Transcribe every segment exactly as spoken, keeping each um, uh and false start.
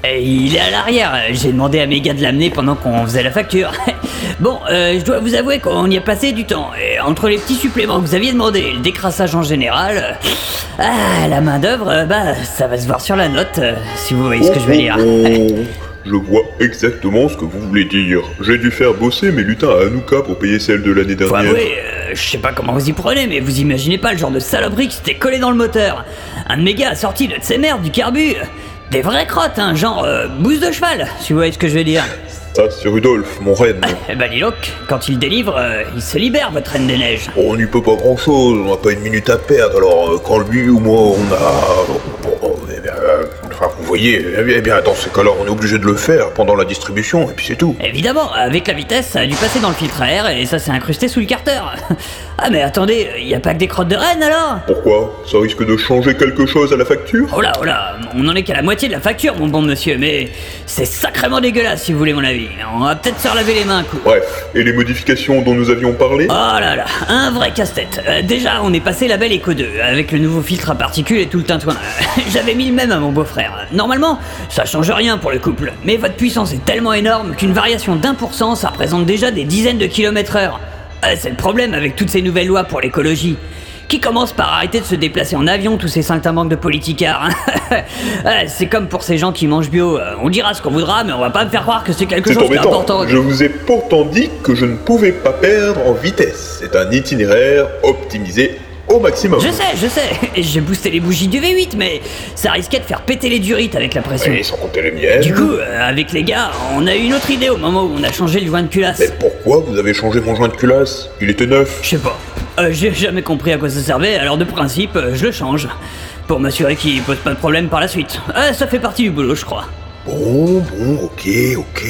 Et il est à l'arrière, j'ai demandé à mes gars de l'amener pendant qu'on faisait la facture. Bon, euh, je dois vous avouer qu'on y a passé du temps, et entre les petits suppléments que vous aviez demandé et le décrassage en général, euh, ah, la main d'œuvre, euh, bah, ça va se voir sur la note, euh, si vous voyez ce que je veux dire. Je vois exactement ce que vous voulez dire. J'ai dû faire bosser mes lutins à Hanouka pour payer celle de l'année Faut dernière. avouer, euh, je sais pas comment vous y prenez, mais vous imaginez pas le genre de saloperie qui s'était collé dans le moteur. Un de mes gars a sorti de ses merdes du carbu. Des vraies crottes, hein, genre euh, bouse de cheval, si vous voyez ce que je veux dire. Ça, c'est Rudolf, mon reine. Eh bah dis donc, quand il délivre, euh, il se libère, votre reine des neiges. On n'y peut pas grand-chose, on n'a pas une minute à perdre, alors euh, quand lui ou moi on a... Bon, eh bien, euh, enfin, vous voyez, eh bien, eh bien, dans ces cas-là, on est obligé de le faire pendant la distribution, et puis c'est tout. Évidemment, avec la vitesse, ça a dû passer dans le filtre à air et ça s'est incrusté sous le carter. Ah mais attendez, y a pas que des crottes de reine alors? Pourquoi? Ça risque de changer quelque chose à la facture? Oh là, oh là, on en est qu'à la moitié de la facture, mon bon monsieur, mais c'est sacrément dégueulasse si vous voulez mon avis. On va peut-être se relaver les mains un coup. Bref, et les modifications dont nous avions parlé? Oh là là, un vrai casse-tête. Euh, déjà, on est passé label Eco deux, avec le nouveau filtre à particules et tout le tintouin. J'avais mis le même à mon beau-frère. Normalement, ça change rien pour le couple, mais votre puissance est tellement énorme qu'une variation d'un pour cent, ça représente déjà des dizaines de kilomètres heure. Euh, c'est le problème avec toutes ces nouvelles lois pour l'écologie. Qui commence par arrêter de se déplacer en avion, tous ces saltimbanques de politicards. Ouais, c'est comme pour ces gens qui mangent bio. Euh, On dira ce qu'on voudra, mais on va pas me faire croire que c'est quelque C'est chose embêtant, d'important. je vous ai pourtant dit que je ne pouvais pas perdre en vitesse. C'est un itinéraire optimisé au maximum. Je sais, je sais, j'ai boosté les bougies du V huit, mais ça risquait de faire péter les durites avec la pression. Oui, sans compter les miennes. Du coup, euh, avec les gars, on a eu une autre idée au moment où on a changé le joint de culasse. Mais pourquoi vous avez changé mon joint de culasse? Il était neuf. Je sais pas, euh, j'ai jamais compris à quoi ça servait, alors de principe, euh, je le change. Pour m'assurer qu'il pose pas de problème par la suite. Euh, ça fait partie du boulot, je crois. Bon, bon, ok, ok.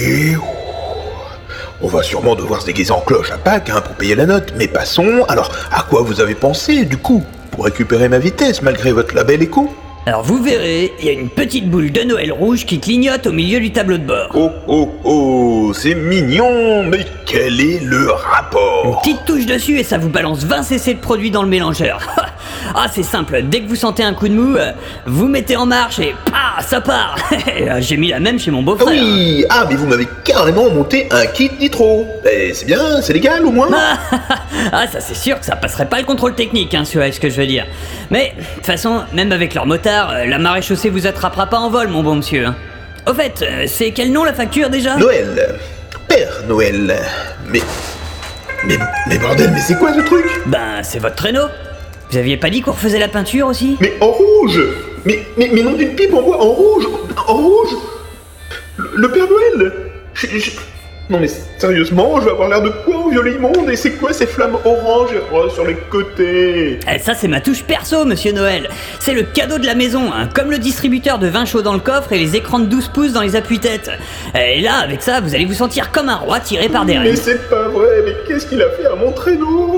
On va sûrement devoir se déguiser en cloche à Pâques hein, pour payer la note, mais passons. Alors, à quoi vous avez pensé, du coup, pour récupérer ma vitesse malgré votre label éco? Alors vous verrez, il y a une petite boule de Noël rouge qui clignote au milieu du tableau de bord. Oh, oh, oh, c'est mignon, mais quel est le rapport? Petite touche dessus et ça vous balance vingt centilitres de produit dans le mélangeur. Ah, c'est simple, dès que vous sentez un coup de mou, euh, vous mettez en marche et pah, ça part. J'ai mis la même chez mon Ah beau-frère. oui, ah mais vous m'avez carrément monté un kit nitro. Eh, c'est bien, c'est légal au moins. Ah, ça c'est sûr que ça passerait pas le contrôle technique, hein, si vous voyez ce que je veux dire. Mais, de toute façon, même avec leur motard, euh, la marée chaussée vous attrapera pas en vol, mon bon monsieur. Hein. Au fait, euh, c'est quel nom la facture déjà? Noël, Père Noël. Mais, mais, mais bordel, mais c'est quoi ce truc? Ben, c'est votre traîneau. Vous aviez pas dit qu'on refaisait la peinture aussi? Mais en rouge. Mais, mais, mais non d'une pipe en bois, en rouge, en rouge. Le, le Père Noël. Je- je- Non mais sérieusement, je vais avoir l'air de quoi en violet immonde? Et c'est quoi ces flammes orange et rose sur les côtés? Eh, ça c'est ma touche perso, monsieur Noël. C'est le cadeau de la maison, hein, comme le distributeur de vin chaud dans le coffre et les écrans de douze pouces dans les appuis-têtes. Et là, avec ça, vous allez vous sentir comme un roi tiré par des Mais reines. c'est pas vrai, mais qu'est-ce qu'il a fait à mon traîneau?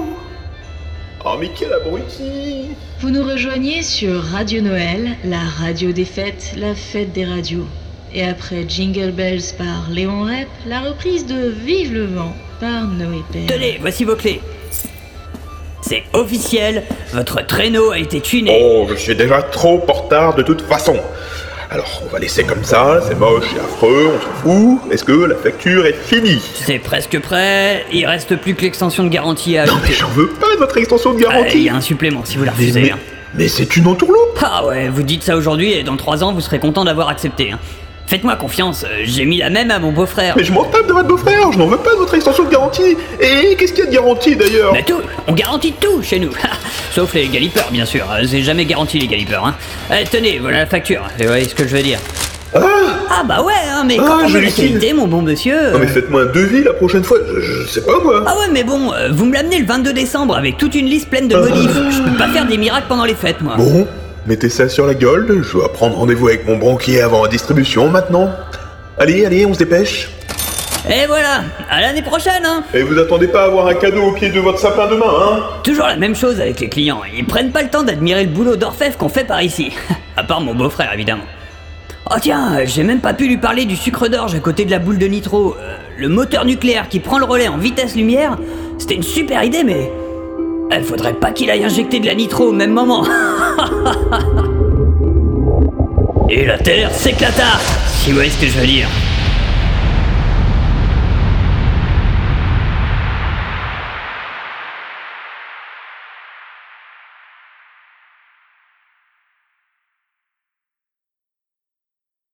Oh mais quel abruti! Vous nous rejoignez sur Radio Noël, la radio des fêtes, la fête des radios. Et après Jingle Bells par Léon Rep, la reprise de Vive le vent par Noé Père. Tenez, voici vos clés. C'est officiel, votre traîneau a été tuné. Oh, je suis déjà trop en retard de toute façon. Alors, on va laisser comme ça, c'est moche et affreux, on s'en fout. Est-ce que la facture est finie? C'est presque prêt, il reste plus que l'extension de garantie à Non mais ajouter. j'en veux pas de votre extension de Ah, Il garantie. y a un supplément si vous la mais, refusez. mais, hein. mais c'est une entourloupe. Ah ouais, vous dites ça aujourd'hui et dans trois ans vous serez content d'avoir accepté. Hein. Faites-moi confiance, euh, j'ai mis la même à mon beau-frère. Mais je m'en tape de votre beau-frère, je n'en veux pas de votre extension de garantie. Et qu'est-ce qu'il y a de garantie d'ailleurs? Mais tout, on garantit tout chez nous. Sauf les galipeurs bien sûr, Euh, c'est jamais garanti les galipeurs. Hein. Euh, tenez, voilà la facture, vous voyez ce que je veux dire. Ah, Ah bah ouais, hein, mais Ah, quand on veut la j'hallucine. qualité mon bon monsieur... non mais euh, faites-moi un devis la prochaine fois, je, je sais pas moi. Ah ouais mais bon, euh, vous me l'amenez le vingt-deux décembre avec toute une liste pleine de modifs. Je peux pas faire des miracles pendant les fêtes moi. Bon, mettez ça sur la gueule, je dois prendre rendez-vous avec mon banquier avant la distribution maintenant. Allez, allez, on se dépêche. Et voilà, à l'année prochaine hein. Et vous attendez pas à avoir un cadeau au pied de votre sapin demain, hein? Toujours la même chose avec les clients, ils prennent pas le temps d'admirer le boulot d'orfèvre qu'on fait par ici. À part mon beau-frère évidemment. Oh tiens, j'ai même pas pu lui parler du sucre d'orge à côté de la boule de nitro. Euh, le moteur nucléaire qui prend le relais en vitesse lumière, c'était une super idée mais... Il faudrait pas qu'il aille injecter de la nitro au même moment. Et la Terre s'éclata. si vous voyez ce que je veux dire.